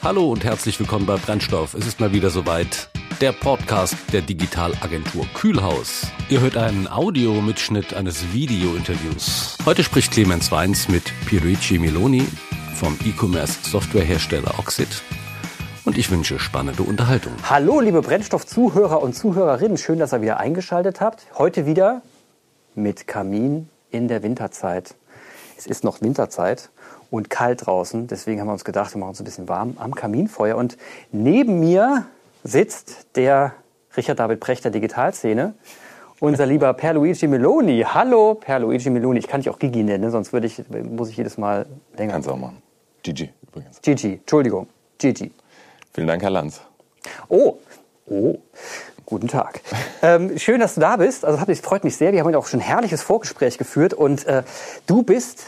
Hallo und herzlich willkommen bei Brennstoff. Es ist mal wieder soweit. Der Podcast der Digitalagentur Kühlhaus. Ihr hört einen Audiomitschnitt eines Video-Interviews. Heute spricht Clemens Weins mit Pierluigi Meloni vom E-Commerce-Softwarehersteller Oxid. Und ich wünsche spannende Unterhaltung. Hallo liebe Brennstoff-Zuhörer und Zuhörerinnen. Schön, dass ihr wieder eingeschaltet habt. Heute wieder mit Kamin in der Winterzeit. Es ist noch Winterzeit und kalt draußen. Deswegen haben wir uns gedacht, wir machen uns ein bisschen warm am Kaminfeuer. Und neben mir sitzt der Richard David Precht der Digitalszene, unser lieber Pierluigi Meloni. Hallo Pierluigi Meloni. Ich kann dich auch Gigi nennen, sonst muss ich jedes Mal länger. Kannst du auch machen. Gigi übrigens. Gigi, Entschuldigung. Gigi. Vielen Dank, Herr Lanz. Oh. Guten Tag. Schön, dass du da bist. Also es freut mich sehr. Wir haben heute auch schon ein herrliches Vorgespräch geführt. Und du bist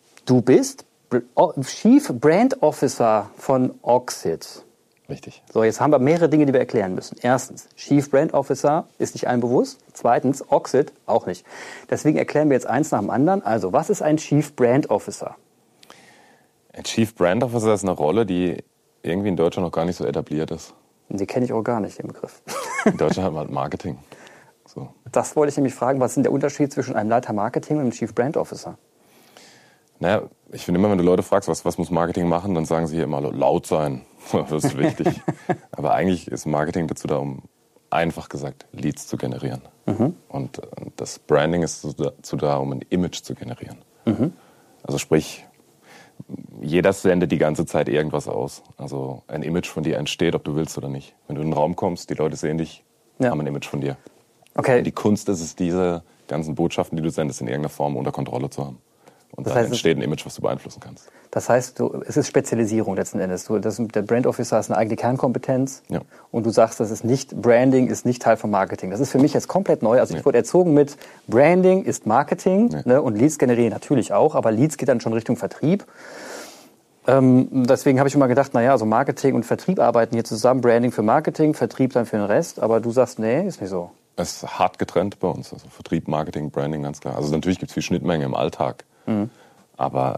Chief Brand Officer von Oxid. Richtig. So, jetzt haben wir mehrere Dinge, die wir erklären müssen. Erstens, Chief Brand Officer ist nicht allen bewusst. Zweitens, Oxid auch nicht. Deswegen erklären wir jetzt eins nach dem anderen. Also, was ist ein Chief Brand Officer? Ein Chief Brand Officer ist eine Rolle, die irgendwie in Deutschland noch gar nicht so etabliert ist. Die kenne ich auch gar nicht, den Begriff. In Deutschland hat man halt Marketing. So. Das wollte ich nämlich fragen. Was ist denn der Unterschied zwischen einem Leiter Marketing und einem Chief Brand Officer? Naja, ich finde immer, wenn du Leute fragst, was muss Marketing machen, dann sagen sie hier immer laut sein. Das ist wichtig. Aber eigentlich ist Marketing dazu da, um einfach gesagt Leads zu generieren. Mhm. Und das Branding ist dazu da, um ein Image zu generieren. Mhm. Also sprich, jeder sendet die ganze Zeit irgendwas aus. Also ein Image von dir entsteht, ob du willst oder nicht. Wenn du in den Raum kommst, die Leute sehen dich, haben ein Image von dir. Okay. Und die Kunst ist es, diese ganzen Botschaften, die du sendest, in irgendeiner Form unter Kontrolle zu haben. Und dann entsteht ein Image, was du beeinflussen kannst. Das heißt, es ist Spezialisierung letzten Endes. Der Brand Officer ist eine eigene Kernkompetenz. Ja. Und du sagst, Branding ist nicht Teil von Marketing. Das ist für mich jetzt komplett neu. Also ich wurde erzogen mit Branding ist Marketing, ne, und Leads generieren natürlich auch. Aber Leads geht dann schon Richtung Vertrieb. Deswegen habe ich immer gedacht, also Marketing und Vertrieb arbeiten hier zusammen. Branding für Marketing, Vertrieb dann für den Rest. Aber du sagst, nee, ist nicht so. Es ist hart getrennt bei uns. Also Vertrieb, Marketing, Branding, ganz klar. Also natürlich gibt es viel Schnittmenge im Alltag. Mhm. Aber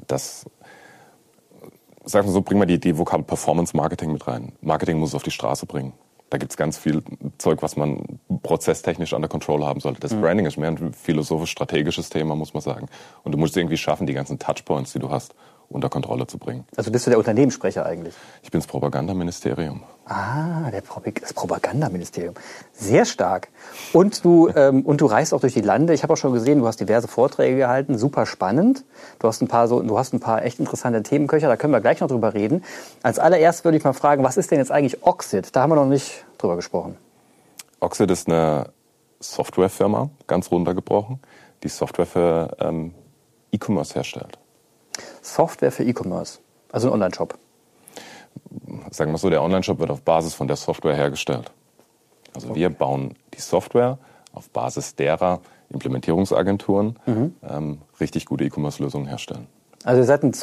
sagen wir so, bringen wir die Vokabel Performance Marketing mit rein. Marketing muss es auf die Straße bringen. Da gibt es ganz viel Zeug, was man prozesstechnisch under control haben sollte. Das Branding ist mehr ein philosophisch-strategisches Thema, muss man sagen. Und du musst es irgendwie schaffen, die ganzen Touchpoints, die du hast, unter Kontrolle zu bringen. Also bist du der Unternehmenssprecher eigentlich? Ich bin das Propagandaministerium. Das Propagandaministerium. Sehr stark. Und du reist auch durch die Lande. Ich habe auch schon gesehen, du hast diverse Vorträge gehalten. Super spannend. Du hast ein paar echt interessante Themenköcher. Da können wir gleich noch drüber reden. Als allererstes würde ich mal fragen, was ist denn jetzt eigentlich Oxid? Da haben wir noch nicht drüber gesprochen. Oxid ist eine Softwarefirma, ganz runtergebrochen, die Software für E-Commerce herstellt. Software für E-Commerce, also ein Online-Shop. Sagen wir so, der Online-Shop wird auf Basis von der Software hergestellt. Also wir bauen die Software auf Basis derer Implementierungsagenturen richtig gute E-Commerce-Lösungen herstellen. Also ihr seid ein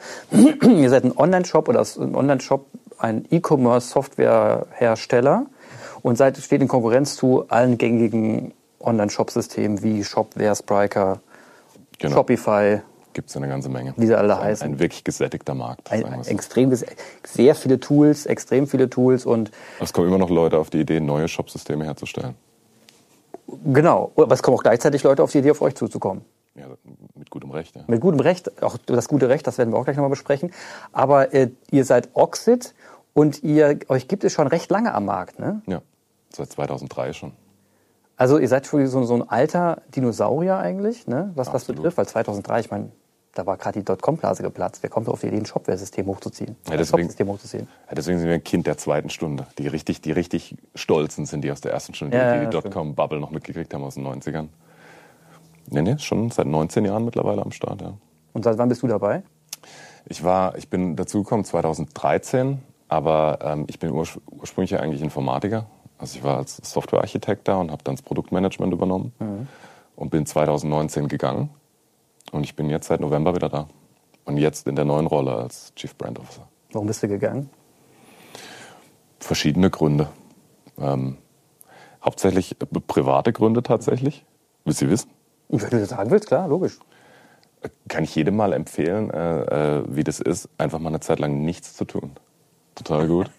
Online-Shop oder ein Online-Shop, ein E-Commerce-Software-Hersteller und steht in Konkurrenz zu allen gängigen Online-Shop-Systemen wie Shopware, Spryker, Shopify. Gibt es eine ganze Menge. Wie sie alle heißen. Ein wirklich gesättigter Markt. Sehr viele Tools, extrem viele Tools. Und es kommen immer noch Leute auf die Idee, neue Shop-Systeme herzustellen. Genau, aber es kommen auch gleichzeitig Leute auf die Idee, auf euch zuzukommen. Ja, mit gutem Recht. Ja. Mit gutem Recht, auch das gute Recht, das werden wir auch gleich nochmal besprechen. Aber ihr seid Oxid und euch gibt es schon recht lange am Markt, ne? Ja, seit 2003 schon. Also ihr seid schon so ein alter Dinosaurier eigentlich, ne? Was das betrifft, weil 2003, ich meine, da war gerade die Dotcom-Blase geplatzt. Wer kommt auf die Idee, ein Shopware-System hochzuziehen? Deswegen sind wir ein Kind der zweiten Stunde. Die richtig Stolzen sind die aus der ersten Stunde, die Dotcom-Bubble noch mitgekriegt haben aus den 90ern. Nee, schon seit 19 Jahren mittlerweile am Start, ja. Und seit wann bist du dabei? Ich bin dazugekommen 2013, aber ich bin ursprünglich eigentlich Informatiker. Also ich war als Softwarearchitekt da und habe dann das Produktmanagement übernommen und bin 2019 gegangen. Und ich bin jetzt seit November wieder da. Und jetzt in der neuen Rolle als Chief Brand Officer. Warum bist du gegangen? Verschiedene Gründe. Hauptsächlich private Gründe tatsächlich. Willst du wissen? Wenn du das sagen willst, klar, logisch. Kann ich jedem mal empfehlen, wie das ist, einfach mal eine Zeit lang nichts zu tun. total gut.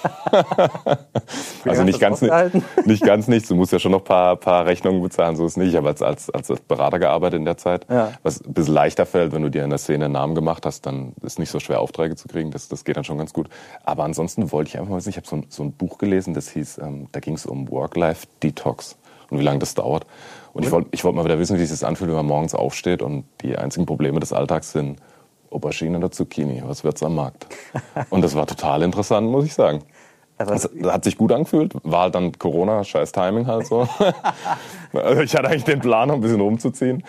Also nicht ganz nichts. Du musst ja schon noch ein paar Rechnungen bezahlen, so ist es nicht. Ich habe als Berater gearbeitet in der Zeit. Ja. Was ein bisschen leichter fällt, wenn du dir in der Szene einen Namen gemacht hast, dann ist es nicht so schwer, Aufträge zu kriegen. Das geht dann schon ganz gut. Aber ansonsten wollte ich einfach mal wissen, ich habe so ein Buch gelesen, das hieß, da ging es um Work-Life-Detox und wie lange das dauert. Und ich wollte mal wieder wissen, wie sich das anfühlt, wenn man morgens aufsteht und die einzigen Probleme des Alltags sind Aubergine oder Zucchini. Was wird's am Markt? Und das war total interessant, muss ich sagen. Das hat sich gut angefühlt. War halt dann Corona, scheiß Timing halt so. Also ich hatte eigentlich den Plan, noch ein bisschen rumzuziehen.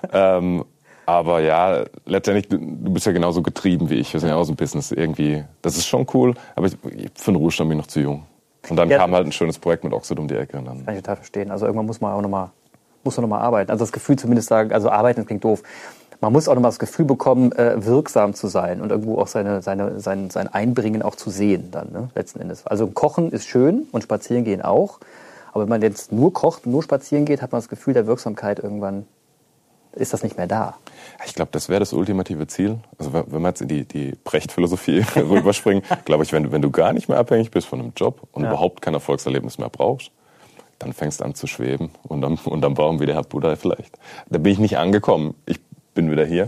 Aber ja, letztendlich, du bist ja genauso getrieben wie ich. Wir sind ja auch so ein Business irgendwie. Das ist schon cool, aber für den Ruhestand bin ich noch zu jung. Und dann kam halt ein schönes Projekt mit Oxid um die Ecke. Und dann das kann ich total verstehen. Also irgendwann muss man auch noch mal arbeiten. Also das Gefühl zumindest sagen, also arbeiten klingt doof. Man muss auch noch mal das Gefühl bekommen, wirksam zu sein und irgendwo auch sein Einbringen auch zu sehen dann, ne, letzten Endes. Also Kochen ist schön und Spazieren gehen auch. Aber wenn man jetzt nur kocht, nur spazieren geht, hat man das Gefühl der Wirksamkeit irgendwann, ist das nicht mehr da. Ich glaube, das wäre das ultimative Ziel. Also wenn wir jetzt in die Brecht-Philosophie rüberspringen, glaube ich, wenn du gar nicht mehr abhängig bist von einem Job und überhaupt kein Erfolgserlebnis mehr brauchst, dann fängst du an zu schweben und dann bauen wir der Herr Buddha vielleicht. Da bin ich nicht angekommen. Ich bin wieder hier.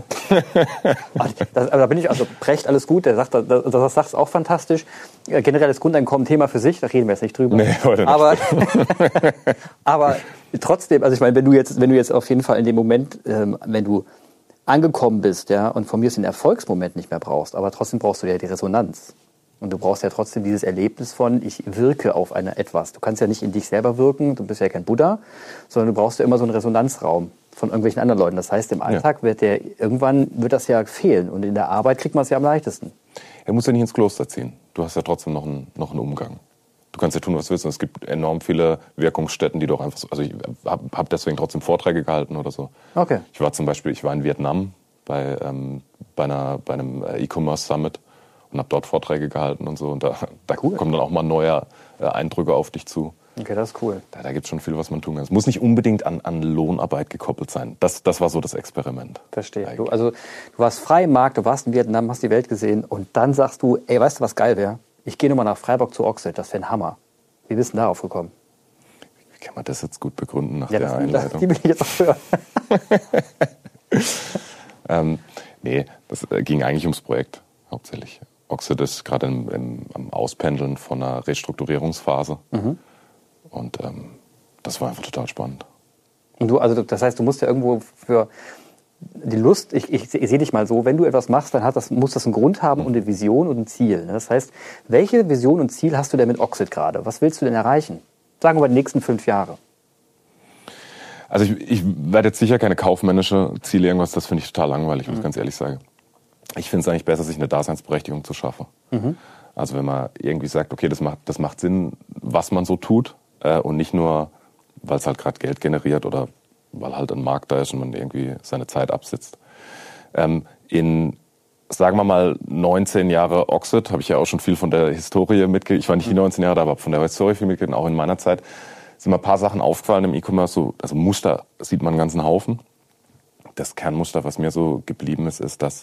Da bin ich, also Brecht, alles gut, der sagt, das sagst auch fantastisch. Generelles Grundeinkommen, Thema für sich, da reden wir jetzt nicht drüber. Nee, heute nicht. Aber trotzdem, also ich meine, wenn du jetzt auf jeden Fall in dem Moment, wenn du angekommen bist, ja, und von mir aus den Erfolgsmoment nicht mehr brauchst, aber trotzdem brauchst du ja die Resonanz. Und du brauchst ja trotzdem dieses Erlebnis von, ich wirke auf etwas. Du kannst ja nicht in dich selber wirken, du bist ja kein Buddha, sondern du brauchst ja immer so einen Resonanzraum von irgendwelchen anderen Leuten. Das heißt, im Alltag wird das ja fehlen. Und in der Arbeit kriegt man es ja am leichtesten. Er muss ja nicht ins Kloster ziehen. Du hast ja trotzdem noch einen Umgang. Du kannst ja tun, was du willst. Und es gibt enorm viele Wirkungsstätten, die du auch einfach so, also ich habe deswegen trotzdem Vorträge gehalten oder so. Okay. Ich war in Vietnam bei einem E-Commerce Summit und habe dort Vorträge gehalten und so. Und da cool. Kommen dann auch mal neue Eindrücke auf dich zu. Okay, das ist cool. Da gibt es schon viel, was man tun kann. Es muss nicht unbedingt an Lohnarbeit gekoppelt sein. Das war so das Experiment. Verstehe. Du warst frei im Markt, du warst in Vietnam, hast die Welt gesehen und dann sagst du, ey, weißt du, was geil wäre? Ich gehe nochmal nach Freiburg zu Oxid, das wäre ein Hammer. Wie bist du denn darauf gekommen? Wie kann man das jetzt gut begründen nach der Einleitung? Die will ich jetzt auch hören. Nee, das ging eigentlich ums Projekt hauptsächlich. Oxid ist gerade am Auspendeln von einer Restrukturierungsphase. Mhm. Und das war einfach total spannend. Und das heißt, du musst ja irgendwo für die Lust, ich sehe dich mal so, wenn du etwas machst, dann muss das einen Grund haben und eine Vision und ein Ziel. Das heißt, welche Vision und Ziel hast du denn mit Oxid gerade? Was willst du denn erreichen? Sagen wir mal die nächsten 5 Jahre. Also ich werde jetzt sicher keine kaufmännische Ziele irgendwas, das finde ich total langweilig, muss ich ganz ehrlich sagen. Ich finde es eigentlich besser, sich eine Daseinsberechtigung zu schaffen. Mhm. Also wenn man irgendwie sagt, okay, das macht Sinn, was man so tut und nicht nur, weil es halt gerade Geld generiert oder weil halt ein Markt da ist und man irgendwie seine Zeit absitzt. In, sagen wir mal, 19 Jahre Oxid, habe ich ja auch schon viel von der Historie mitgekriegt. Ich war nicht die 19 Jahre da, aber von der Historie viel mitgekriegt, auch in meiner Zeit. Sind mir ein paar Sachen aufgefallen im E-Commerce, also Muster sieht man einen ganzen Haufen. Das Kernmuster, was mir so geblieben ist, dass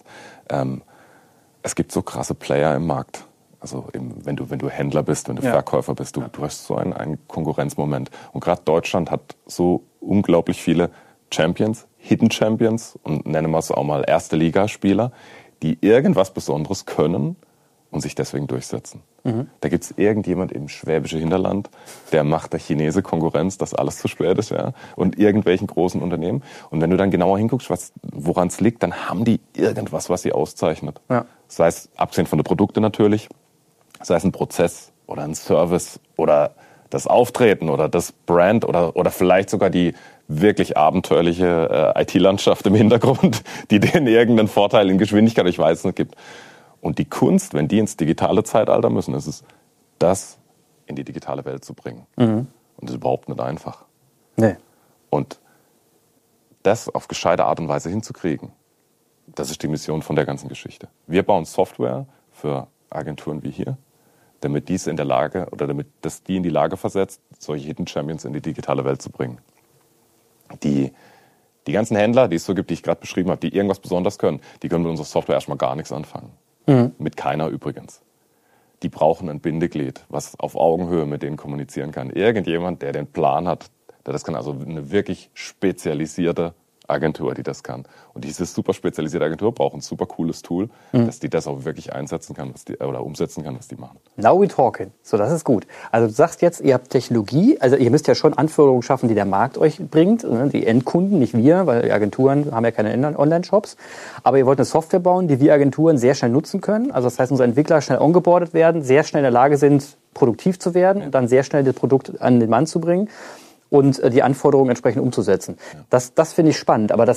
es gibt so krasse Player im Markt. Also wenn du Händler bist, wenn du Verkäufer bist, du hast so einen Konkurrenzmoment. Und gerade Deutschland hat so unglaublich viele Champions, Hidden Champions und nennen wir es auch mal Erste-Liga-Spieler, die irgendwas Besonderes können und sich deswegen durchsetzen. Mhm. Da gibt es irgendjemand im schwäbischen Hinterland, der macht der Chinese Konkurrenz, dass alles zu spät ist, ja, und irgendwelchen großen Unternehmen. Und wenn du dann genauer hinguckst, woran es liegt, dann haben die irgendwas, was sie auszeichnet. Ja. Sei es, abgesehen von den Produkten natürlich, sei es ein Prozess oder ein Service oder das Auftreten oder das Brand oder vielleicht sogar die wirklich abenteuerliche IT-Landschaft im Hintergrund, die denen irgendeinen Vorteil in Geschwindigkeit, ich weiß nicht, gibt. Und die Kunst, wenn die ins digitale Zeitalter müssen, ist es, das in die digitale Welt zu bringen. Mhm. Und das ist überhaupt nicht einfach. Nee. Und das auf gescheite Art und Weise hinzukriegen, das ist die Mission von der ganzen Geschichte. Wir bauen Software für Agenturen wie hier, damit die in die Lage versetzt, solche Hidden Champions in die digitale Welt zu bringen. Die ganzen Händler, die es so gibt, die ich gerade beschrieben habe, die irgendwas besonders können, die können mit unserer Software erstmal gar nichts anfangen. Mhm. Mit keiner übrigens. die brauchen ein Bindeglied, was auf Augenhöhe mit denen kommunizieren kann. Irgendjemand, der den Plan hat, der das kann, also eine wirklich spezialisierte Agentur, die das kann. Und diese super spezialisierte Agentur braucht ein super cooles Tool, dass die das auch wirklich einsetzen kann, oder umsetzen kann, was die machen. Now we talking. So, das ist gut. Also du sagst jetzt, ihr habt Technologie, also ihr müsst ja schon Anforderungen schaffen, die der Markt euch bringt, die Endkunden, nicht wir, weil die Agenturen haben ja keine Online-Shops. Aber ihr wollt eine Software bauen, die wir Agenturen sehr schnell nutzen können. Also das heißt, unsere Entwickler schnell ongeboardet werden, sehr schnell in der Lage sind, produktiv zu werden und dann sehr schnell das Produkt an den Mann zu bringen und die Anforderungen entsprechend umzusetzen. Ja. Das finde ich spannend, aber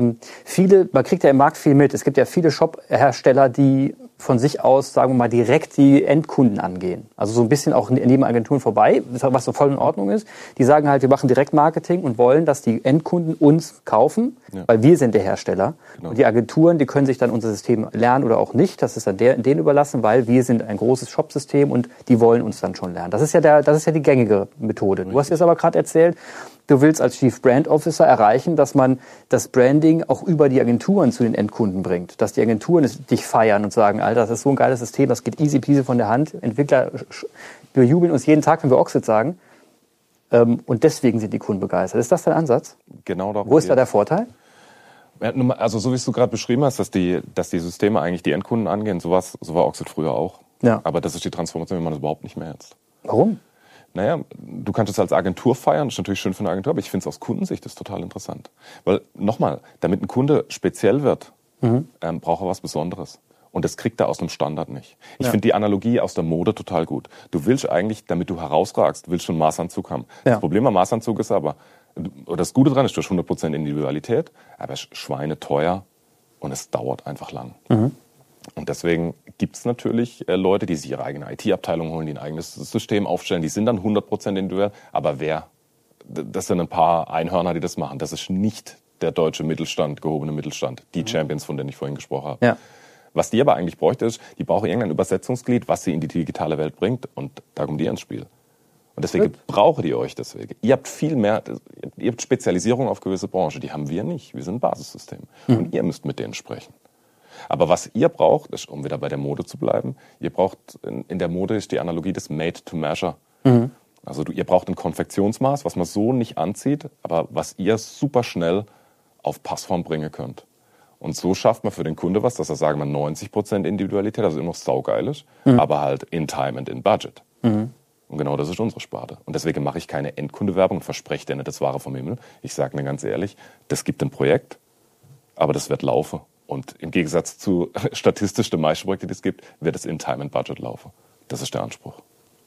man kriegt ja im Markt viel mit. Es gibt ja viele Shop-Hersteller, die von sich aus, sagen wir mal, direkt die Endkunden angehen. Also so ein bisschen auch neben Agenturen vorbei, was so voll in Ordnung ist. Die sagen halt, wir machen Direktmarketing und wollen, dass die Endkunden uns kaufen, weil wir sind der Hersteller. Genau. Und die Agenturen, die können sich dann unser System lernen oder auch nicht. Das ist dann denen überlassen, weil wir sind ein großes Shopsystem und die wollen uns dann schon lernen. Das ist ja die gängige Methode. Richtig. Du hast jetzt aber gerade erzählt, du willst als Chief Brand Officer erreichen, dass man das Branding auch über die Agenturen zu den Endkunden bringt. Dass die Agenturen dich feiern und sagen, Alter, das ist so ein geiles System, das geht easy peasy von der Hand. Entwickler bejubeln uns jeden Tag, wenn wir Oxid sagen. Und deswegen sind die Kunden begeistert. Ist das dein Ansatz? Genau darum. Wo ist da der Vorteil? Also so wie es du gerade beschrieben hast, dass die Systeme eigentlich die Endkunden angehen, so war Oxid früher auch. Ja. Aber das ist die Transformation, wie man das überhaupt nicht mehr jetzt. Warum? Naja, du kannst es als Agentur feiern, das ist natürlich schön für eine Agentur, aber ich finde es aus Kundensicht das total interessant. Weil, nochmal, damit ein Kunde speziell wird, braucht er was Besonderes. Und das kriegt er aus einem Standard nicht. Ich finde die Analogie aus der Mode total gut. Du willst eigentlich, damit du herausragst, willst du einen Maßanzug haben. Ja. Das Problem am Maßanzug ist aber, oder das Gute dran ist, du hast 100% Individualität, aber es ist schweineteuer und es dauert einfach lang. Und deswegen gibt es natürlich Leute, die sich ihre eigene IT-Abteilung holen, die ein eigenes System aufstellen. Die sind dann 100% individuell. Aber das sind ein paar Einhörner, die das machen. Das ist nicht der deutsche Mittelstand, gehobene Mittelstand. Die Champions, von denen ich vorhin gesprochen habe. Ja. Was die aber eigentlich bräuchte, ist, die brauchen irgendein Übersetzungsglied, was sie in die digitale Welt bringt. Und da kommt ihr ins Spiel. Und deswegen braucht ihr euch deswegen. Ihr habt viel mehr, ihr habt Spezialisierung auf gewisse Branchen. Die haben wir nicht. Wir sind ein Basissystem. Und ihr müsst mit denen sprechen. Aber was ihr braucht, ist, um wieder bei der Mode zu bleiben, ihr braucht, in der Mode ist die Analogie des Made to Measure. Also ihr braucht ein Konfektionsmaß, was man so nicht anzieht, aber was ihr super schnell auf Passform bringen könnt. Und so schafft man für den Kunde was, dass er, sagen wir, 90% Individualität, also immer noch saugeil ist, aber halt in Time and in Budget. Und genau das ist unsere Sparte. Und deswegen mache ich keine Endkundewerbung und verspreche dir nicht das Wahre vom Himmel. Ich sage mir ganz ehrlich, das gibt ein Projekt, aber das wird laufen. Und im Gegensatz zu statistisch den meisten Projekten, die es gibt, wird es in Time and Budget laufen. Das ist der Anspruch.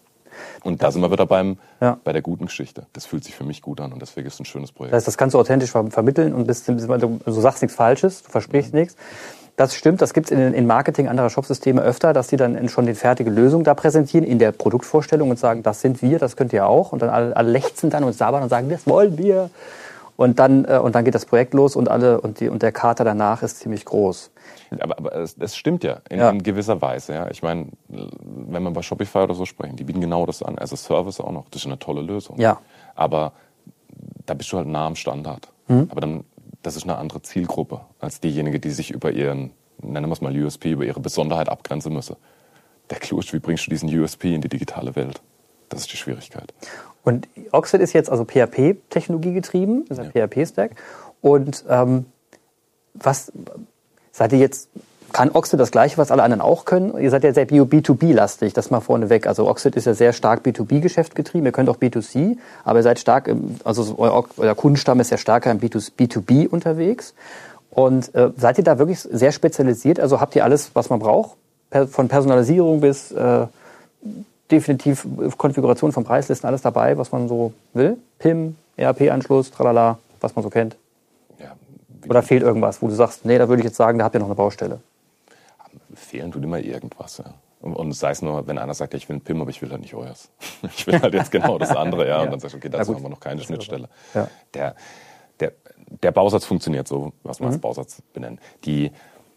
Und da sind wir wieder bei der guten Geschichte. Das fühlt sich für mich gut an und deswegen ist es ein schönes Projekt. Das heißt, das kannst du authentisch vermitteln und du sagst nichts Falsches, du versprichst nichts. Das stimmt, das gibt es in Marketing anderer Shopsysteme öfter, dass die dann schon die fertige Lösung da präsentieren in der Produktvorstellung und sagen, das sind wir, das könnt ihr auch. Und dann alle lechzen dann und sabbern und sagen, das wollen wir. Und dann geht das Projekt los und der Kater danach ist ziemlich groß. Aber es stimmt ja in gewisser Weise. Ja. Ich meine, wenn man bei Shopify oder so sprechen, die bieten genau das an. Also Service auch noch. Das ist eine tolle Lösung. Ja. Aber da bist du halt nah am Standard. Aber dann, das ist eine andere Zielgruppe als diejenige, die sich über ihren, nennen wir es mal USP, über ihre Besonderheit abgrenzen müsse. Der Clou ist, wie bringst du diesen USP in die digitale Welt? Das ist die Schwierigkeit. Und Oxid ist jetzt also PHP-Technologie getrieben, das ist ein PHP-Stack. Und was seid ihr jetzt, kann Oxid das Gleiche, was alle anderen auch können? Ihr seid ja sehr B2B-lastig, das mal vorneweg. Also Oxid ist ja sehr stark B2B-Geschäft getrieben, ihr könnt auch B2C, aber ihr seid stark, euer Kundenstamm ist ja stärker im B2B unterwegs. Und seid ihr da wirklich sehr spezialisiert? Also habt ihr alles, was man braucht? Von Personalisierung bis definitiv Konfiguration von Preislisten, alles dabei, was man so will? PIM, ERP-Anschluss, tralala, was man so kennt. Ja, oder fehlt irgendwas, wo du sagst, nee, da würde ich jetzt sagen, da habt ihr noch eine Baustelle? Fehlen tut immer irgendwas, ja. Und sei es nur, wenn einer sagt, ich will einen PIM, aber ich will halt nicht euers. Ich will halt jetzt genau das andere, ja. Und dann sagst du, okay, dazu haben wir noch keine Schnittstelle. Ja. Der Bausatz funktioniert so, was man als Bausatz benennen. Die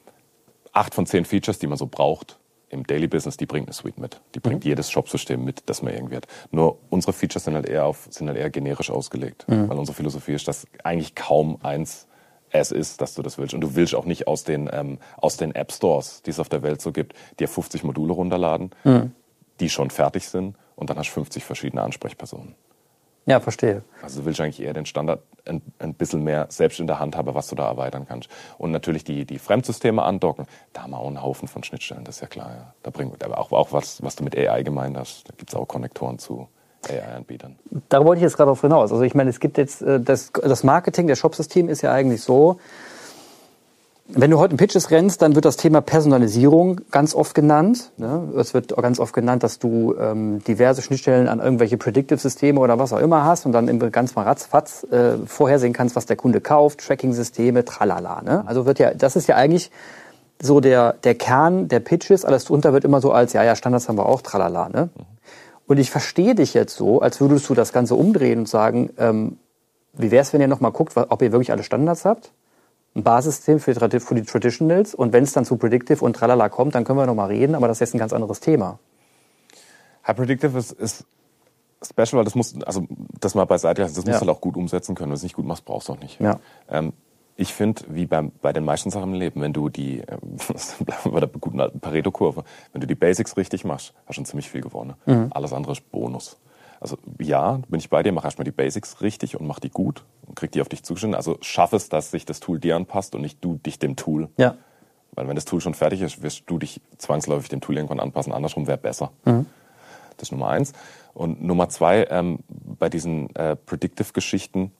8 von 10 Features, die man so braucht, im Daily Business, die bringt eine Suite mit. Die bringt jedes Shopsystem mit, das man irgendwie hat. Nur unsere Features sind halt eher generisch ausgelegt. Weil unsere Philosophie ist, dass eigentlich kaum eins es ist, dass du das willst. Und du willst auch nicht aus den App Stores, die es auf der Welt so gibt, dir 50 Module runterladen. die schon fertig sind und dann hast du 50 verschiedene Ansprechpersonen. Ja, verstehe. Also willst du eigentlich eher den Standard ein bisschen mehr selbst in der Hand haben, was du da erweitern kannst. Und natürlich die Fremdsysteme andocken, da haben wir auch einen Haufen von Schnittstellen, das ist ja klar. Ja. Da bringt aber auch was du mit AI gemeint hast, da gibt es auch Konnektoren zu AI-Anbietern. Da wollte ich jetzt gerade darauf hinaus. Also ich meine, es gibt jetzt, das Marketing der Shopsystem ist ja eigentlich so, wenn du heute in Pitches rennst, dann wird das Thema Personalisierung ganz oft genannt. Ne? Es wird ganz oft genannt, dass du diverse Schnittstellen an irgendwelche Predictive-Systeme oder was auch immer hast und dann ganz mal ratzfatz vorhersehen kannst, was der Kunde kauft, Tracking-Systeme, tralala. Ne? Also das ist ja eigentlich so der Kern der Pitches. Alles drunter wird immer so als, ja, Standards haben wir auch, tralala. Ne? Und ich verstehe dich jetzt so, als würdest du das Ganze umdrehen und sagen, wie wäre es, wenn ihr nochmal guckt, ob ihr wirklich alle Standards habt? Ein Basissystem für die Traditionals und wenn es dann zu Predictive und tralala kommt, dann können wir nochmal reden, aber das ist jetzt ein ganz anderes Thema. Predictive ist special, weil das mal beiseite lassen, das musst du halt auch gut umsetzen können. Wenn du es nicht gut machst, brauchst du auch nicht. Ja. Ich finde, wie bei den meisten Sachen im Leben, wenn du bei der guten alten Pareto-Kurve, wenn du die Basics richtig machst, hast du schon ziemlich viel gewonnen. Alles andere ist Bonus. Also ja, bin ich bei dir, mach erstmal die Basics richtig und mach die gut und krieg die auf dich zugeschnitten. Also schaff es, dass sich das Tool dir anpasst und nicht du dich dem Tool. Ja. Weil wenn das Tool schon fertig ist, wirst du dich zwangsläufig dem Tool irgendwann anpassen. Andersrum wäre besser. Das ist Nummer 1. Und Nummer 2, bei diesen Predictive-Geschichten,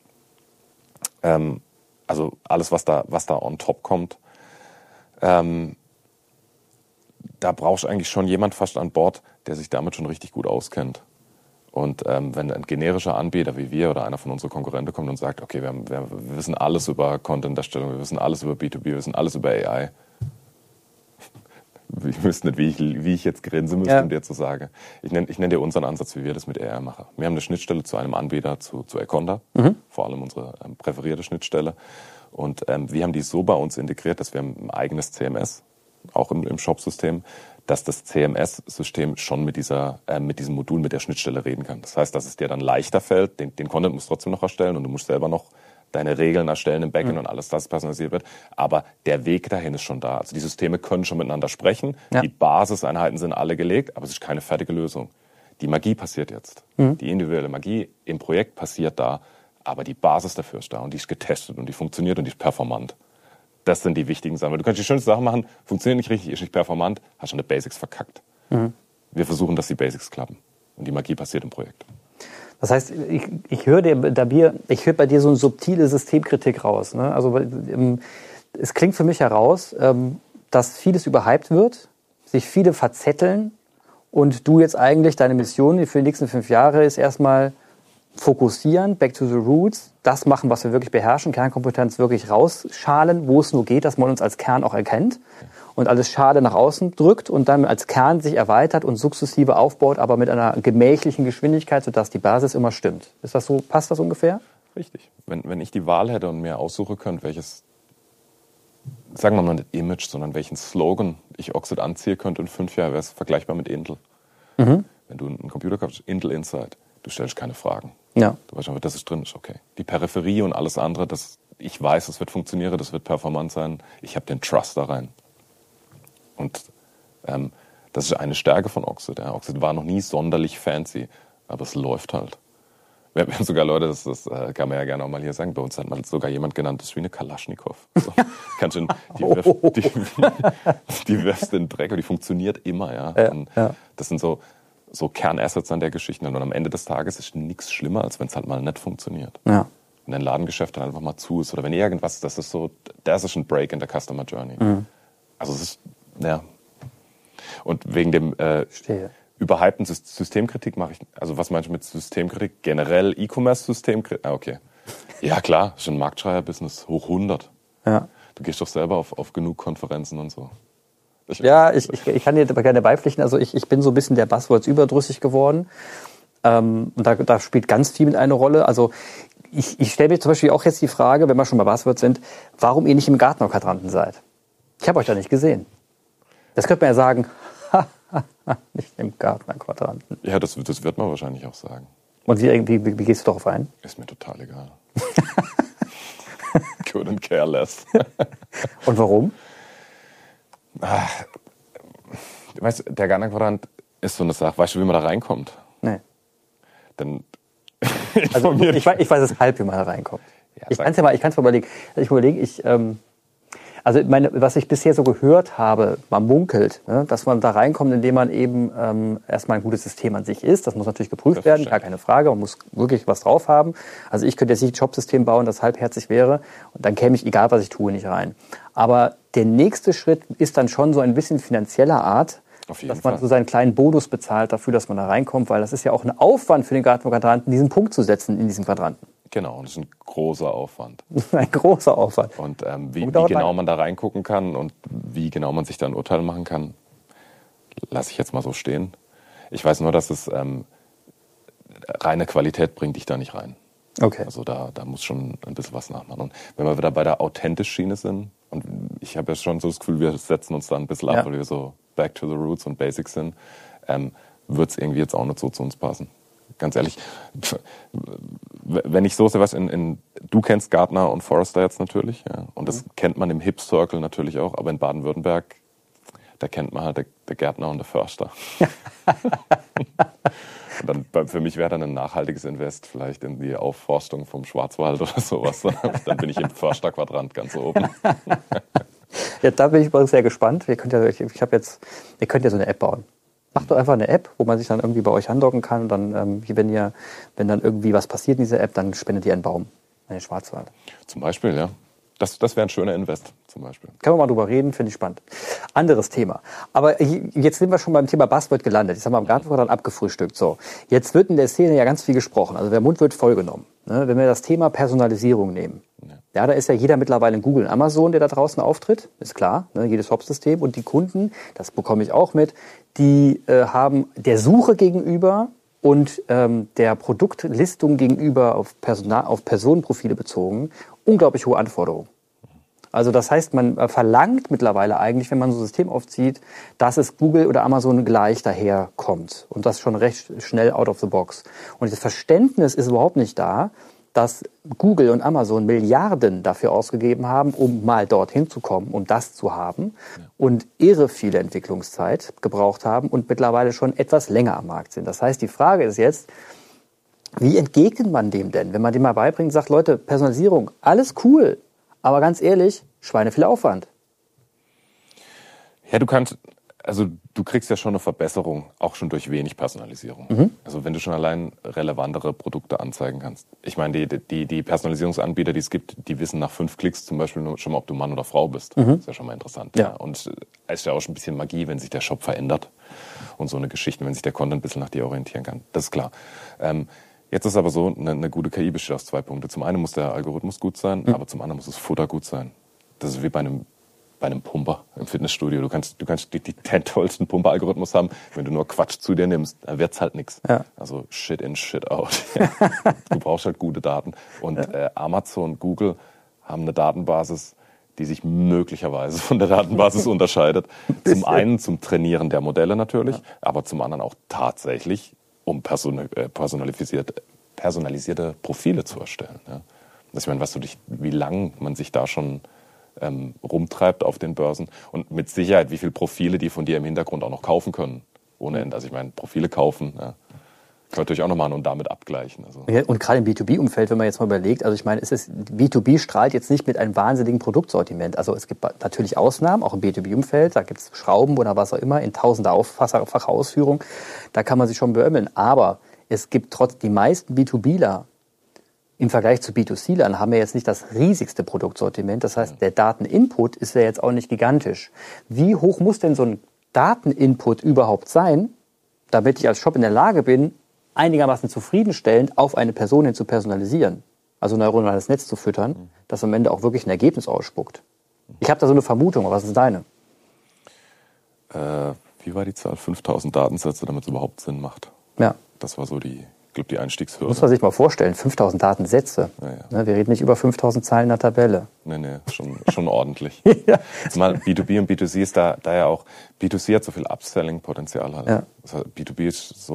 also alles, was da on top kommt, da brauchst du eigentlich schon jemand fast an Bord, der sich damit schon richtig gut auskennt. Und wenn ein generischer Anbieter wie wir oder einer von unseren Konkurrenten kommt und sagt, okay, wir wissen alles über Content-Erstellung, wir wissen alles über B2B, wir wissen alles über AI. Ich wüsste nicht, wie ich jetzt grinsen müsste, um dir zu sagen. Ich nenn dir unseren Ansatz, wie wir das mit AI machen. Wir haben eine Schnittstelle zu einem Anbieter, zu Econda, vor allem unsere präferierte Schnittstelle. Und wir haben die so bei uns integriert, dass wir ein eigenes CMS, auch im Shop-System, dass das CMS-System schon mit diesem Modul, mit der Schnittstelle reden kann. Das heißt, dass es dir dann leichter fällt, den Content musst du trotzdem noch erstellen und du musst selber noch deine Regeln erstellen im Backend und alles, das personalisiert wird. Aber der Weg dahin ist schon da. Also die Systeme können schon miteinander sprechen. Ja. Die Basiseinheiten sind alle gelegt, aber es ist keine fertige Lösung. Die Magie passiert jetzt. Die individuelle Magie im Projekt passiert da, aber die Basis dafür ist da und die ist getestet und die funktioniert und die ist performant. Das sind die wichtigen Sachen. Weil du kannst die schönsten Sachen machen, funktioniert nicht richtig, ist nicht performant, hast schon die Basics verkackt. Wir versuchen, dass die Basics klappen. Und die Magie passiert im Projekt. Das heißt, ich höre bei dir so eine subtile Systemkritik raus. Ne? Also es klingt für mich heraus, dass vieles überhyped wird, sich viele verzetteln und du jetzt eigentlich deine Mission für die nächsten 5 Jahre ist erstmal fokussieren, back to the roots, das machen, was wir wirklich beherrschen, Kernkompetenz wirklich rausschalen, wo es nur geht, dass man uns als Kern auch erkennt und alles Schale nach außen drückt und dann als Kern sich erweitert und sukzessive aufbaut, aber mit einer gemächlichen Geschwindigkeit, sodass die Basis immer stimmt. Ist das so? Passt das ungefähr? Richtig. Wenn ich die Wahl hätte und mir aussuchen könnte, welches, sagen wir mal nicht Image, sondern welchen Slogan ich Oxid anziehen könnte in 5 Jahren, wäre es vergleichbar mit Intel. Wenn du einen Computer kaufst, Intel Inside, du stellst keine Fragen. Ja. Du weißt einfach, das ist drin, ist okay. Die Peripherie und alles andere, ich weiß, das wird funktionieren, das wird performant sein. Ich habe den Trust da rein. Und das ist eine Stärke von Oxid. Ja. Oxid war noch nie sonderlich fancy, aber es läuft halt. Wir haben sogar Leute, das kann man ja gerne auch mal hier sagen, bei uns hat man sogar jemand genannt, das ist wie eine Kalaschnikow. So, die wirfst in den Dreck und die funktioniert immer. Ja. Das sind so Kernassets an der Geschichte. Und am Ende des Tages ist nichts schlimmer, als wenn es halt mal nicht funktioniert. Ja. Wenn dein Ladengeschäft dann einfach mal zu ist oder wenn irgendwas, das ist ein Break in der Customer Journey. Also es ist, ja. Und wegen dem überhypten Systemkritik mache ich, also was meinst du mit Systemkritik? Generell E-Commerce-Systemkritik? Okay. Ja klar, ist ein Marktschreier-Business, hoch 100. Ja. Du gehst doch selber auf genug Konferenzen und so. Ich kann dir gerne beipflichten. Also ich bin so ein bisschen der Buzzwords überdrüssig geworden. Und da spielt ganz viel mit eine Rolle. Also ich stelle mir zum Beispiel auch jetzt die Frage, wenn wir schon bei Buzzwords sind, warum ihr nicht im Gartner-Quadranten seid. Ich habe euch da nicht gesehen. Das könnte man ja sagen, nicht im Gartner-Quadranten. Ja, das wird man wahrscheinlich auch sagen. Und wie gehst du darauf ein? Ist mir total egal. Couldn't care less. Und warum? Weißt du, der Gartner-Quadrant ist so eine Sache. Weißt du, wie man da reinkommt? Nee. Dann Also ich weiß es halb, wie man da reinkommt. Ja, Ich kann es mal überlegen. Was ich bisher so gehört habe, man munkelt, ne, dass man da reinkommt, indem man eben erstmal ein gutes System an sich ist. Das muss natürlich geprüft werden, gar keine Frage. Man muss wirklich was drauf haben. Also ich könnte jetzt nicht ein Jobsystem bauen, das halbherzig wäre. Und dann käme ich, egal was ich tue, nicht rein. Aber der nächste Schritt ist dann schon so ein bisschen finanzieller Art, dass man so seinen kleinen Bonus bezahlt dafür, dass man da reinkommt. Weil das ist ja auch ein Aufwand für den Gartenquadranten, diesen Punkt zu setzen in diesem Quadranten. Genau, und das ist ein großer Aufwand. Ein großer Aufwand. Und wie genau man da reingucken kann und wie genau man sich da ein Urteil machen kann, lasse ich jetzt mal so stehen. Ich weiß nur, dass es reine Qualität bringt dich da nicht rein. Okay. Also da muss schon ein bisschen was nachmachen. Und wenn wir wieder bei der Authentisch-Schiene sind, und ich habe ja schon so das Gefühl, wir setzen uns da ein bisschen ab, weil wir so back to the roots und basics sind, wird es irgendwie jetzt auch nicht so zu uns passen. Ganz ehrlich, wenn ich so sehe, du kennst Gärtner und Forester jetzt natürlich, ja, und das kennt man im Hip-Circle natürlich auch, aber in Baden-Württemberg, da kennt man halt der Gärtner und der Förster. Und dann, für mich wäre dann ein nachhaltiges Invest vielleicht in die Aufforstung vom Schwarzwald oder sowas. Dann bin ich im Försterquadrant ganz oben. Ja, da bin ich übrigens sehr gespannt. Ihr könnt ja so eine App bauen. Macht doch einfach eine App, wo man sich dann irgendwie bei euch andocken kann und dann, wenn dann irgendwie was passiert in dieser App, dann spendet ihr einen Baum an den Schwarzwald. Zum Beispiel, ja. Das wäre ein schöner Invest, zum Beispiel. Können wir mal drüber reden, finde ich spannend. Anderes Thema. Aber jetzt sind wir schon beim Thema Buzzword gelandet. Jetzt haben wir am Gartenquadranten abgefrühstückt. So, jetzt wird in der Szene ja ganz viel gesprochen. Also der Mund wird vollgenommen. Ne? Wenn wir das Thema Personalisierung nehmen. Ja, da ist ja jeder mittlerweile in Google und Amazon, der da draußen auftritt. Ist klar, ne? Jedes Shop-System. Und die Kunden, das bekomme ich auch mit, die haben der Suche gegenüber und der Produktlistung gegenüber auf Personenprofile bezogen unglaublich hohe Anforderungen. Also das heißt, man verlangt mittlerweile eigentlich, wenn man so ein System aufzieht, dass es Google oder Amazon gleich daherkommt. Und das schon recht schnell out of the box. Und das Verständnis ist überhaupt nicht da, dass Google und Amazon Milliarden dafür ausgegeben haben, um mal dorthin zu kommen, um das zu haben und irre viele Entwicklungszeit gebraucht haben und mittlerweile schon etwas länger am Markt sind. Das heißt, die Frage ist jetzt, wie entgegnet man dem denn, wenn man dem mal beibringt, sagt, Leute, Personalisierung, alles cool, aber ganz ehrlich, Schweine viel Aufwand. Ja, du kriegst ja schon eine Verbesserung, auch schon durch wenig Personalisierung. Also wenn du schon allein relevantere Produkte anzeigen kannst. Ich meine, die Personalisierungsanbieter, die es gibt, die wissen nach 5 Klicks zum Beispiel nur schon mal, ob du Mann oder Frau bist. Das ist ja schon mal interessant. Ja. Und es ist ja auch schon ein bisschen Magie, wenn sich der Shop verändert und so eine Geschichte, wenn sich der Content ein bisschen nach dir orientieren kann. Das ist klar. Jetzt ist aber so, eine gute KI besteht aus 2 Punkten. Zum einen muss der Algorithmus gut sein, aber zum anderen muss das Futter gut sein. Das ist wie bei einem Pumper im Fitnessstudio. Du kannst den tollsten Pumper-Algorithmus haben. Wenn du nur Quatsch zu dir nimmst, dann wird's halt nichts. Ja. Also Shit in, Shit out. Du brauchst halt gute Daten. Und Amazon, Google haben eine Datenbasis, die sich möglicherweise von der Datenbasis unterscheidet. Zum einen zum Trainieren der Modelle natürlich, aber zum anderen auch tatsächlich, um personalisierte Profile zu erstellen. Ja. Ich meine, wie lang man sich da schon rumtreibt auf den Börsen und mit Sicherheit, wie viele Profile die von dir im Hintergrund auch noch kaufen können. Ohne Ende. Also ich meine, Profile kaufen, ja, kann man natürlich auch noch machen und damit abgleichen. Also. Ja, und gerade im B2B-Umfeld, wenn man jetzt mal überlegt, also ich meine, B2B strahlt jetzt nicht mit einem wahnsinnigen Produktsortiment. Also es gibt natürlich Ausnahmen, auch im B2B-Umfeld, da gibt es Schrauben oder was auch immer in tausender-facher Ausführung, da kann man sich schon beömmeln. Aber es gibt die meisten B2Bler im Vergleich zu B2C-Lern haben wir jetzt nicht das riesigste Produktsortiment. Das heißt, der Dateninput ist ja jetzt auch nicht gigantisch. Wie hoch muss denn so ein Dateninput überhaupt sein, damit ich als Shop in der Lage bin, einigermaßen zufriedenstellend auf eine Person hin zu personalisieren? Also ein neuronales Netz zu füttern, das am Ende auch wirklich ein Ergebnis ausspuckt. Ich habe da so eine Vermutung, aber was ist deine? Wie war die Zahl? 5000 Datensätze, damit es überhaupt Sinn macht. Ja. Das war so die Einstiegshürde. Muss man sich mal vorstellen, 5000 Datensätze. Ja. Wir reden nicht über 5000 Zeilen in der Tabelle. Nee, schon ordentlich. Ja. Zumal B2B und B2C ist da ja auch, B2C hat so viel Upselling-Potenzial halt. Ja. Also B2B ist so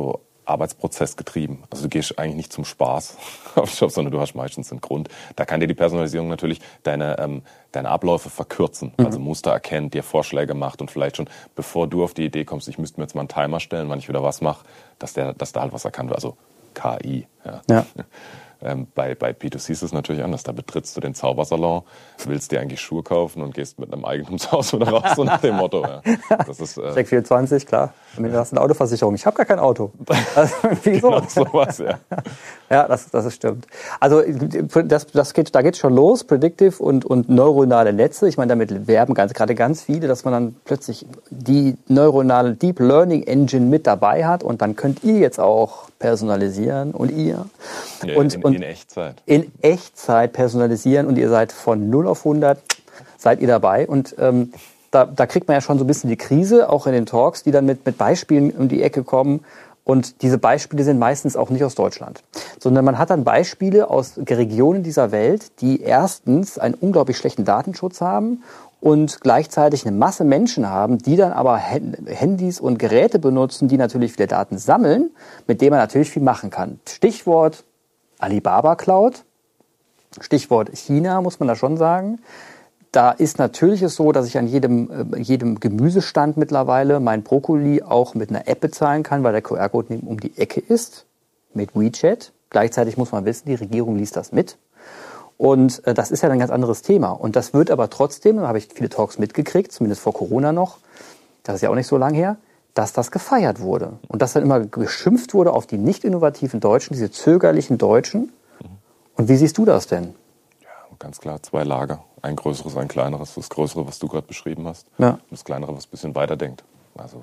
Arbeitsprozess getrieben. Also du gehst eigentlich nicht zum Spaß auf den Job, sondern du hast meistens einen Grund. Da kann dir die Personalisierung natürlich deine Abläufe verkürzen. Also Muster erkennt, dir Vorschläge macht und vielleicht schon, bevor du auf die Idee kommst, ich müsste mir jetzt mal einen Timer stellen, wann ich wieder was mache, dass da halt was erkannt wird. Also KI. Ja. Bei P2C ist es natürlich anders. Da betrittst du den Zaubersalon, willst dir eigentlich Schuhe kaufen und gehst mit einem Eigentumshaus wieder raus, so nach dem Motto. Ja. Das ist, Check 24, klar. Du hast eine Autoversicherung. Ich habe gar kein Auto. Also, wieso? Genau sowas, ja. Ja, das stimmt. Also da geht's schon los, Predictive und neuronale Netze. Ich meine, damit werben gerade ganz viele, dass man dann plötzlich die neuronale Deep Learning Engine mit dabei hat und dann könnt ihr jetzt auch personalisieren und ihr. Ja, in Echtzeit. In Echtzeit personalisieren und ihr seid von 0 auf 100, seid ihr dabei. Und da kriegt man ja schon so ein bisschen die Krise, auch in den Talks, die dann mit Beispielen um die Ecke kommen. Und diese Beispiele sind meistens auch nicht aus Deutschland, sondern man hat dann Beispiele aus Regionen dieser Welt, die erstens einen unglaublich schlechten Datenschutz haben und gleichzeitig eine Masse Menschen haben, die dann aber Handys und Geräte benutzen, die natürlich viele Daten sammeln, mit denen man natürlich viel machen kann. Stichwort Alibaba Cloud, Stichwort China, muss man da schon sagen. Da ist natürlich es so, dass ich an jedem Gemüsestand mittlerweile mein Brokkoli auch mit einer App bezahlen kann, weil der QR-Code um die Ecke ist, mit WeChat. Gleichzeitig muss man wissen, die Regierung liest das mit. Und das ist ja ein ganz anderes Thema. Und das wird aber trotzdem, da habe ich viele Talks mitgekriegt, zumindest vor Corona noch, das ist ja auch nicht so lang her, dass das gefeiert wurde. Und dass dann immer geschimpft wurde auf die nicht innovativen Deutschen, diese zögerlichen Deutschen. Und wie siehst du das denn? Ganz klar, 2 Lager. Ein größeres, ein kleineres. Das Größere, was du gerade beschrieben hast. Ja. Und das Kleinere, was ein bisschen weiterdenkt. Also,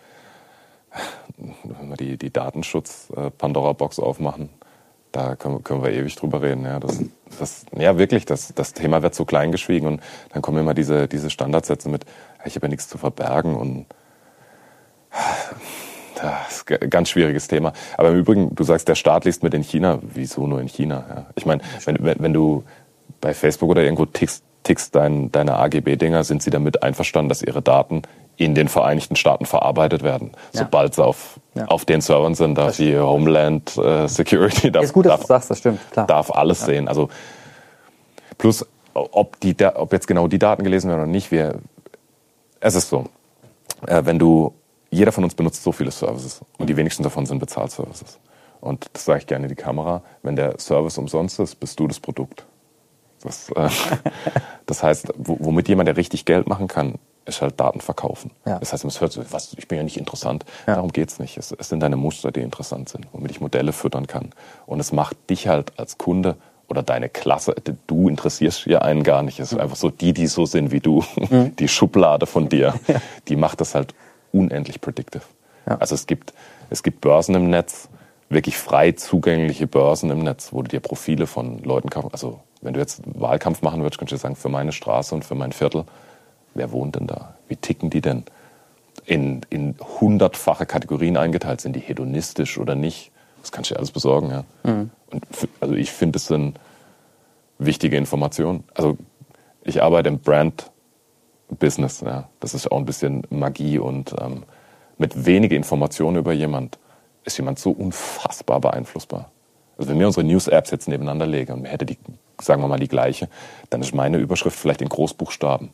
wenn wir die Datenschutz-Pandora-Box aufmachen, da können wir ewig drüber reden. Ja, wirklich, das Thema wird so klein geschwiegen und dann kommen immer diese Standardsätze mit, ich habe ja nichts zu verbergen und das ist ein ganz schwieriges Thema. Aber im Übrigen, du sagst, der Staat liest mit in China. Wieso nur in China? Ja? Ich meine, wenn du bei Facebook oder irgendwo tickst deine AGB-Dinger, sind sie damit einverstanden, dass ihre Daten in den Vereinigten Staaten verarbeitet werden. Ja. Sobald sie auf den Servern sind, darf die Homeland Security ist gut, dass du sagst, das stimmt, klar. Darf alles sehen. Also plus, ob jetzt genau die Daten gelesen werden oder nicht, es ist so, jeder von uns benutzt so viele Services und die wenigsten davon sind Bezahlservices. Und das sage ich gerne in die Kamera, wenn der Service umsonst ist, bist du das Produkt. Das heißt, womit jemand, der richtig Geld machen kann, ist halt Daten verkaufen. Ja. Das heißt, es hört so, ich bin ja nicht interessant. Ja. Darum geht's nicht. Es sind deine Muster, die interessant sind, womit ich Modelle füttern kann. Und es macht dich halt als Kunde oder deine Klasse, du interessierst ja einen gar nicht. Es ist einfach so, die so sind wie du, die Schublade von dir, die macht das halt unendlich predictive. Ja. Also es gibt Börsen im Netz, wirklich frei zugängliche Börsen im Netz, wo du dir Profile von Leuten kaufst. Also wenn du jetzt einen Wahlkampf machen würdest, könntest du sagen, für meine Straße und für mein Viertel, wer wohnt denn da? Wie ticken die denn? In 100-fache Kategorien eingeteilt. Sind die hedonistisch oder nicht? Das kannst du dir alles besorgen. Ja. Und also ich finde, das sind wichtige Informationen. Also ich arbeite im Brand-Business. Ja. Das ist auch ein bisschen Magie. Und mit wenigen Informationen über jemand ist jemand so unfassbar beeinflussbar. Also wenn wir unsere News-Apps jetzt nebeneinander legen und wir hätten die, sagen wir mal, die gleiche, dann ist meine Überschrift vielleicht in Großbuchstaben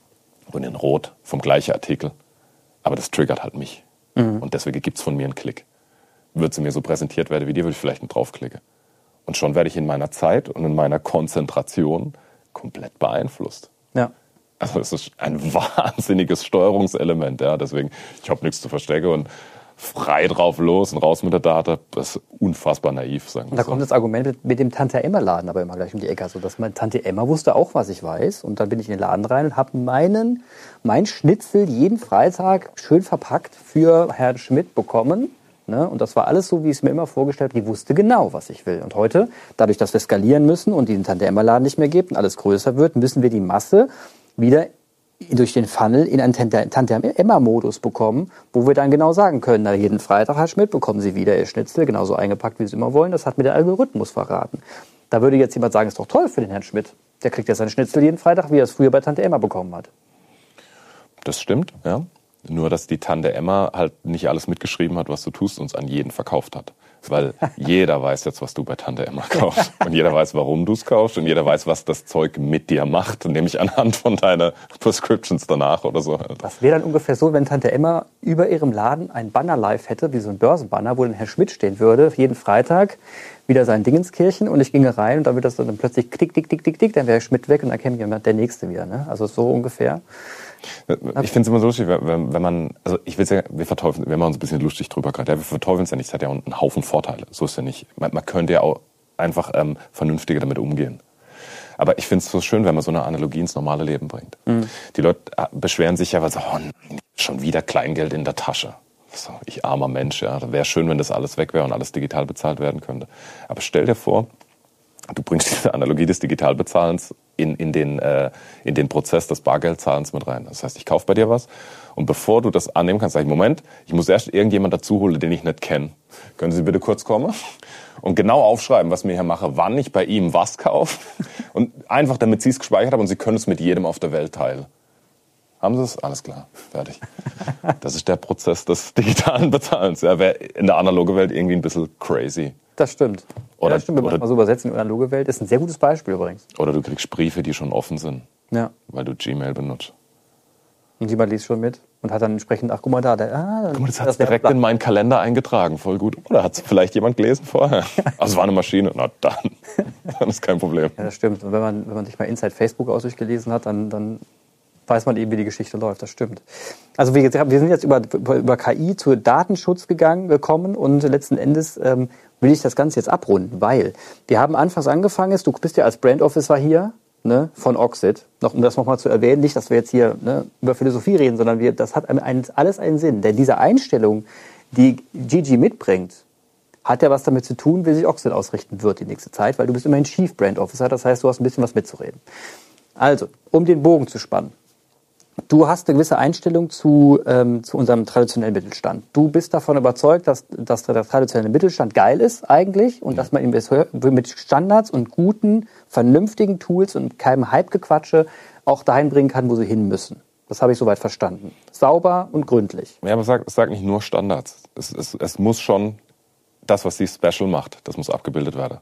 und in Rot vom gleichen Artikel. Aber das triggert halt mich. Und deswegen gibt es von mir einen Klick. Würde sie mir so präsentiert werden wie dir, würde ich vielleicht einen draufklicken. Und schon werde ich in meiner Zeit und in meiner Konzentration komplett beeinflusst. Ja. Also es ist ein wahnsinniges Steuerungselement. Ja. Deswegen, ich habe nichts zu verstecken und frei drauf los und raus mit der Data, das ist unfassbar naiv. Sagen wir und da kommt das Argument mit dem Tante-Emma-Laden aber immer gleich um die Ecke. Also, dass meine Tante Emma wusste auch, was ich weiß. Und dann bin ich in den Laden rein und habe mein Schnitzel jeden Freitag schön verpackt für Herrn Schmidt bekommen. Ne? Und das war alles so, wie ich es mir immer vorgestellt habe. Die wusste genau, was ich will. Und heute, dadurch, dass wir skalieren müssen und diesen Tante-Emma-Laden nicht mehr gibt und alles größer wird, müssen wir die Masse wieder durch den Funnel in einen Tante-Emma-Modus bekommen, wo wir dann genau sagen können, na, jeden Freitag, Herr Schmidt, bekommen Sie wieder Ihr Schnitzel, genauso eingepackt, wie Sie es immer wollen. Das hat mir der Algorithmus verraten. Da würde jetzt jemand sagen, ist doch toll für den Herrn Schmidt. Der kriegt ja seinen Schnitzel jeden Freitag, wie er es früher bei Tante Emma bekommen hat. Das stimmt, ja. Nur, dass die Tante Emma halt nicht alles mitgeschrieben hat, was du tust, und es an jeden verkauft hat. Weil jeder weiß jetzt, was du bei Tante Emma kaufst. Und jeder weiß, warum du es kaufst. Und jeder weiß, was das Zeug mit dir macht. Nämlich anhand von deiner Prescriptions danach oder so. Das wäre dann ungefähr so, wenn Tante Emma über ihrem Laden ein Banner live hätte, wie so ein Börsenbanner, wo dann Herr Schmidt stehen würde, jeden Freitag wieder sein Dingenskirchen, und ich ginge rein und dann würde das dann plötzlich klick, klick, klick, klick, klick, dann wäre Herr Schmidt weg und dann käme jemand der Nächste wieder. Ne? Also so ungefähr. Ich finde es immer so lustig, wenn man, also ich will ja, wir machen uns ein bisschen lustig drüber gerade. Ja, wir verteufeln es ja nicht, es hat ja einen Haufen Vorteile. So ist ja nicht. Man könnte ja auch einfach vernünftiger damit umgehen. Aber ich finde es so schön, wenn man so eine Analogie ins normale Leben bringt. Mhm. Die Leute beschweren sich ja, weil so, oh nein, schon wieder Kleingeld in der Tasche. So, ich armer Mensch, ja. Da wäre schön, wenn das alles weg wäre und alles digital bezahlt werden könnte. Aber stell dir vor, du bringst diese Analogie des Digitalbezahlens in den Prozess des Bargeldzahlens mit rein. Das heißt, ich kaufe bei dir was und bevor du das annehmen kannst, sage ich, Moment, ich muss erst irgendjemand dazu holen, den ich nicht kenne. Können Sie bitte kurz kommen und genau aufschreiben, was ich mir hier mache, wann ich bei ihm was kaufe und einfach, damit Sie es gespeichert haben und Sie können es mit jedem auf der Welt teilen. Haben Sie es? Alles klar, fertig. Das ist der Prozess des digitalen Bezahlens. Ja, wäre in der analogen Welt irgendwie ein bisschen crazy. Das stimmt. Oder, das stimmt, wenn man mal so übersetzt in die analoge Welt. Ist ein sehr gutes Beispiel übrigens. Oder du kriegst Briefe, die schon offen sind, weil du Gmail benutzt. Und jemand liest schon mit und hat dann entsprechend, ach guck mal da, das hat es direkt in meinen Kalender eingetragen, voll gut. Oder hat es vielleicht jemand gelesen vorher? Also es war eine Maschine, na dann ist kein Problem. Ja, das stimmt. Und wenn man sich mal Inside Facebook aus durchgelesen hat, dann weiß man eben, wie die Geschichte läuft. Das stimmt. Also wir sind jetzt über KI zu Datenschutz gekommen und letzten Endes will ich das Ganze jetzt abrunden, weil wir haben anfangs angefangen, du bist ja als Brand Officer hier, ne, von Oxid, um das nochmal zu erwähnen, nicht, dass wir jetzt hier über Philosophie reden, sondern das hat alles einen Sinn. Denn diese Einstellung, die Gigi mitbringt, hat ja was damit zu tun, wie sich Oxid ausrichten wird die nächste Zeit, weil du bist immerhin Chief Brand Officer, das heißt, du hast ein bisschen was mitzureden. Also, um den Bogen zu spannen. Du hast eine gewisse Einstellung zu unserem traditionellen Mittelstand. Du bist davon überzeugt, dass der traditionelle Mittelstand geil ist eigentlich und dass man ihn mit Standards und guten, vernünftigen Tools und keinem Hype-Gequatsche auch dahin bringen kann, wo sie hin müssen. Das habe ich soweit verstanden. Sauber und gründlich. Ja, aber sag nicht nur Standards. Es muss schon das, was sie special macht, das muss abgebildet werden.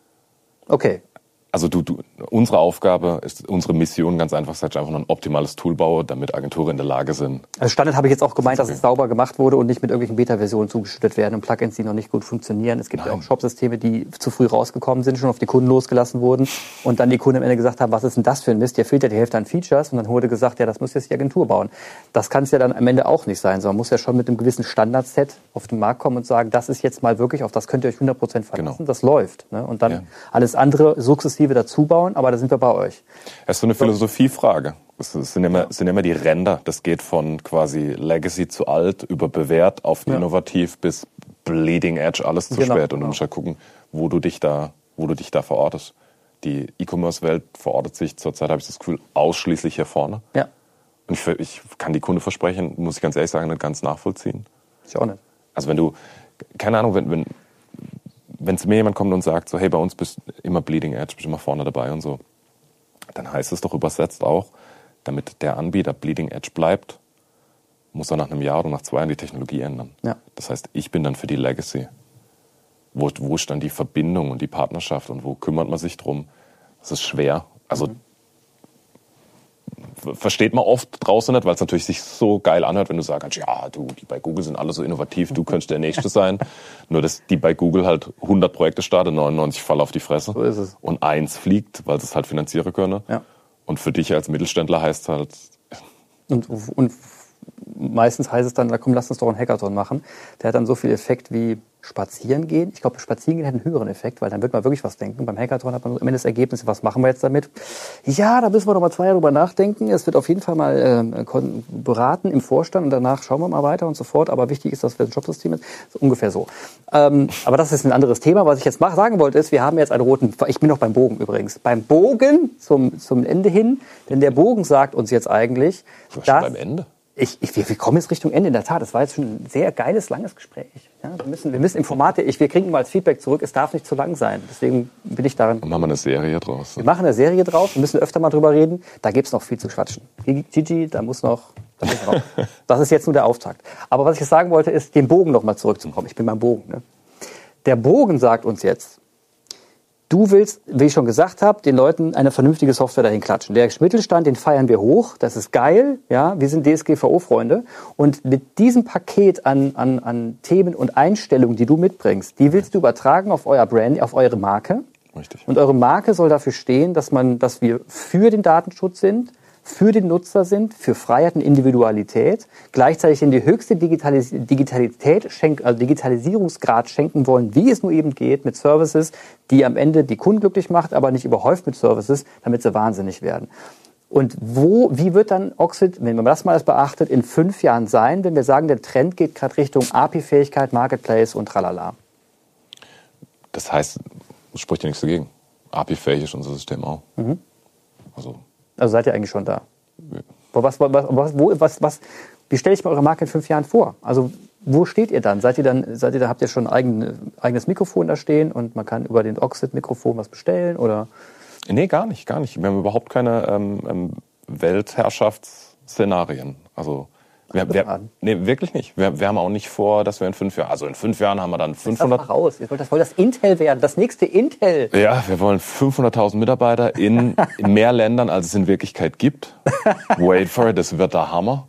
Okay. Also unsere Aufgabe ist, unsere Mission ganz einfach, einfach nur ein optimales Tool bauen, damit Agenturen in der Lage sind. Also Standard habe ich jetzt auch gemeint, dass es sauber gemacht wurde und nicht mit irgendwelchen Beta-Versionen zugeschüttet werden und Plugins, die noch nicht gut funktionieren. Es gibt ja auch Shop-Systeme, die zu früh rausgekommen sind, schon auf die Kunden losgelassen wurden und dann die Kunden am Ende gesagt haben, was ist denn das für ein Mist? Hier fehlt ja die Hälfte an Features und dann wurde gesagt, ja, das muss jetzt die Agentur bauen. Das kann es ja dann am Ende auch nicht sein, sondern man muss ja schon mit einem gewissen Standardset auf den Markt kommen und sagen, das ist jetzt mal wirklich, auf das könnt ihr euch 100% verlassen, genau. Das läuft. Ne? Und dann alles andere sukzessive dazu bauen, aber da sind wir bei euch. Das ist so eine Philosophiefrage. Es sind immer die Ränder. Das geht von quasi Legacy zu alt, über bewährt auf innovativ bis Bleeding Edge, alles zu spät. Und du musst halt gucken, wo du dich da verortest. Die E-Commerce-Welt verortet sich zurzeit, habe ich das Gefühl, ausschließlich hier vorne. Ja. Und ich kann die Kunde versprechen, muss ich ganz ehrlich sagen, nicht ganz nachvollziehen. Ich auch nicht. Also wenn du, keine Ahnung, wenn zu mir jemand kommt und sagt, so, hey, bei uns bist du immer Bleeding Edge, bist immer vorne dabei und so, dann heißt es doch übersetzt auch, damit der Anbieter Bleeding Edge bleibt, muss er nach einem Jahr oder nach 2 Jahren die Technologie ändern. Ja. Das heißt, ich bin dann für die Legacy. Wo ist dann die Verbindung und die Partnerschaft und wo kümmert man sich drum? Das ist schwer. Also versteht man oft draußen nicht, weil es natürlich sich so geil anhört, wenn du sagst, ja, die bei Google sind alle so innovativ, du könntest der Nächste sein. Nur, dass die bei Google halt 100 Projekte starten, 99 fallen auf die Fresse. So ist es. Und 1 fliegt, weil sie es halt finanzieren können. Ja. Und für dich als Mittelständler heißt es halt... Und meistens heißt es dann, komm, lass uns doch einen Hackathon machen. Der hat dann so viel Effekt wie spazieren gehen. Ich glaube, spazieren gehen hat einen höheren Effekt, weil dann wird man wirklich was denken. Beim Hackathon hat man am Ende das Ergebnis, was machen wir jetzt damit? Ja, da müssen wir noch mal 2 Jahre drüber nachdenken. Es wird auf jeden Fall mal beraten im Vorstand und danach schauen wir mal weiter und so fort. Aber wichtig ist, dass wir ein Jobsystem ist. So ungefähr so. Aber das ist ein anderes Thema. Was ich jetzt sagen wollte, ist, wir haben jetzt einen roten, ich bin noch beim Bogen übrigens. Beim Bogen zum Ende hin, denn der Bogen sagt uns jetzt eigentlich, dass... Schon beim Ende? Wir kommen jetzt Richtung Ende, in der Tat. Das war jetzt schon ein sehr geiles, langes Gespräch. Ja, wir müssen im Format, wir kriegen mal als Feedback zurück, es darf nicht zu lang sein. Deswegen bin ich daran. Und machen wir eine Serie draus. Wir machen eine Serie draus, wir müssen öfter mal drüber reden. Da gibt es noch viel zu quatschen. Gigi, da muss noch Das ist raus. Das ist jetzt nur der Auftakt. Aber was ich jetzt sagen wollte, ist, den Bogen nochmal zurückzukommen. Ich bin beim Bogen. Ne? Der Bogen sagt uns jetzt, du willst, wie ich schon gesagt habe, den Leuten eine vernünftige Software dahin klatschen. Der Mittelstand, den feiern wir hoch. Das ist geil. Ja, wir sind DSGVO-Freunde. Und mit diesem Paket an Themen und Einstellungen, die du mitbringst, die willst du übertragen auf euer Brand, auf eure Marke. Richtig. Und eure Marke soll dafür stehen, dass wir für den Datenschutz sind, für den Nutzer sind, für Freiheit und Individualität, gleichzeitig in die höchste Digitalisierungsgrad schenken wollen, wie es nur eben geht, mit Services, die am Ende die Kunden glücklich macht, aber nicht überhäuft mit Services, damit sie wahnsinnig werden. Und wie wird dann Oxid, wenn man das mal als beachtet, in 5 Jahren sein, wenn wir sagen, der Trend geht gerade Richtung API-Fähigkeit, Marketplace und tralala? Das heißt, es spricht ja nichts dagegen. API-fähig ist unser System auch. Mhm. Also seid ihr eigentlich schon da? Ja. Wie stelle ich mir eure Marke in 5 Jahren vor? Also wo steht ihr dann? Habt ihr schon ein eigenes Mikrofon da stehen und man kann über den Oxid-Mikrofon was bestellen? Oder? Nee, gar nicht. Wir haben überhaupt keine Weltherrschaftsszenarien. Also nee, wirklich nicht. Wir haben auch nicht vor, dass wir in 5 Jahren, also in 5 Jahren haben wir dann 500... Das raus. Ihr wollt das Intel werden, das nächste Intel. Ja, wir wollen 500.000 Mitarbeiter in mehr Ländern, als es in Wirklichkeit gibt. Wait for it, das wird der Hammer.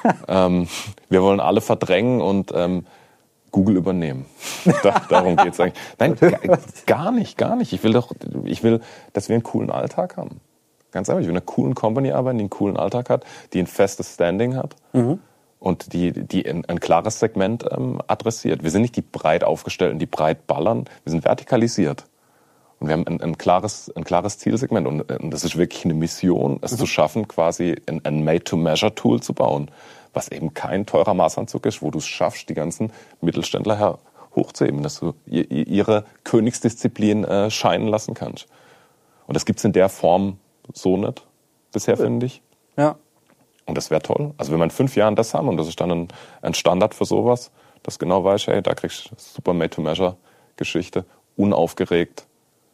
Wir wollen alle verdrängen und Google übernehmen. Darum geht's eigentlich. Nein, gar nicht. Ich will, dass wir einen coolen Alltag haben. Ganz einfach, ich will in einer coolen Company arbeiten, die einen coolen Alltag hat, die ein festes Standing hat. Mhm. Und die ein klares Segment adressiert. Wir sind nicht die breit aufgestellten, die breit ballern. Wir sind vertikalisiert. Und wir haben ein klares Zielsegment. Und das ist wirklich eine Mission, es zu schaffen, quasi ein Made-to-Measure-Tool zu bauen, was eben kein teurer Maßanzug ist, wo du es schaffst, die ganzen Mittelständler hochzuheben, dass du ihre Königsdisziplin scheinen lassen kannst. Und das gibt's in der Form so nicht bisher, finde ich. Ja. Und das wäre toll. Also wenn wir in 5 Jahren das haben und das ist dann ein Standard für sowas, dass genau weißt, hey, da kriegst du super Made-to-Measure-Geschichte, unaufgeregt.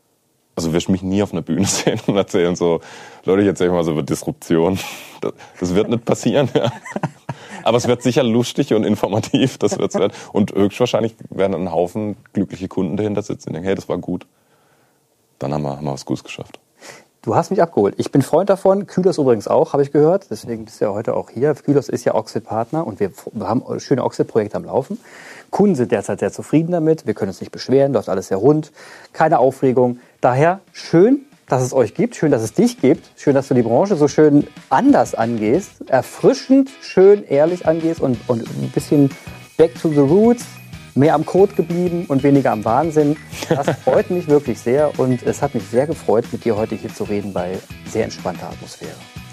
Also wirst du mich nie auf einer Bühne sehen und erzählen so, Leute, ich erzähle mal so über Disruption. Das wird nicht passieren, ja. Aber es wird sicher lustig und informativ, das wird's werden. Und höchstwahrscheinlich werden ein Haufen glückliche Kunden dahinter sitzen und denken, hey, das war gut. Dann haben wir was Gutes geschafft. Du hast mich abgeholt. Ich bin Freund davon. Kühlers übrigens auch, habe ich gehört. Deswegen bist du ja heute auch hier. Kühlers ist ja Oxid-Partner und wir haben schöne Oxid-Projekte am Laufen. Kunden sind derzeit sehr zufrieden damit. Wir können uns nicht beschweren, läuft alles sehr rund. Keine Aufregung. Daher schön, dass es euch gibt. Schön, dass es dich gibt. Schön, dass du die Branche so schön anders angehst. Erfrischend, schön, ehrlich angehst und ein bisschen back to the roots. Mehr am Code geblieben und weniger am Wahnsinn. Das freut mich wirklich sehr und es hat mich sehr gefreut, mit dir heute hier zu reden bei sehr entspannter Atmosphäre.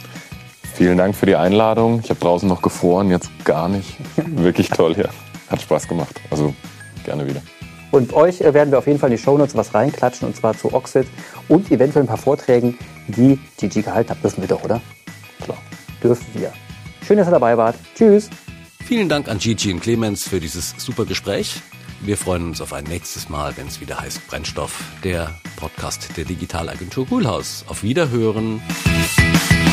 Vielen Dank für die Einladung. Ich habe draußen noch gefroren, jetzt gar nicht. Wirklich toll hier. Hat Spaß gemacht. Also gerne wieder. Und euch werden wir auf jeden Fall in die Shownotes was reinklatschen und zwar zu Oxid und eventuell ein paar Vorträgen, die Gigi gehalten hat. Dürfen wir doch, oder? Klar. Dürfen wir. Schön, dass ihr dabei wart. Tschüss. Vielen Dank an Gigi und Clemens für dieses super Gespräch. Wir freuen uns auf ein nächstes Mal, wenn es wieder heißt Brennstoff, der Podcast der Digitalagentur Kühlhaus. Auf Wiederhören.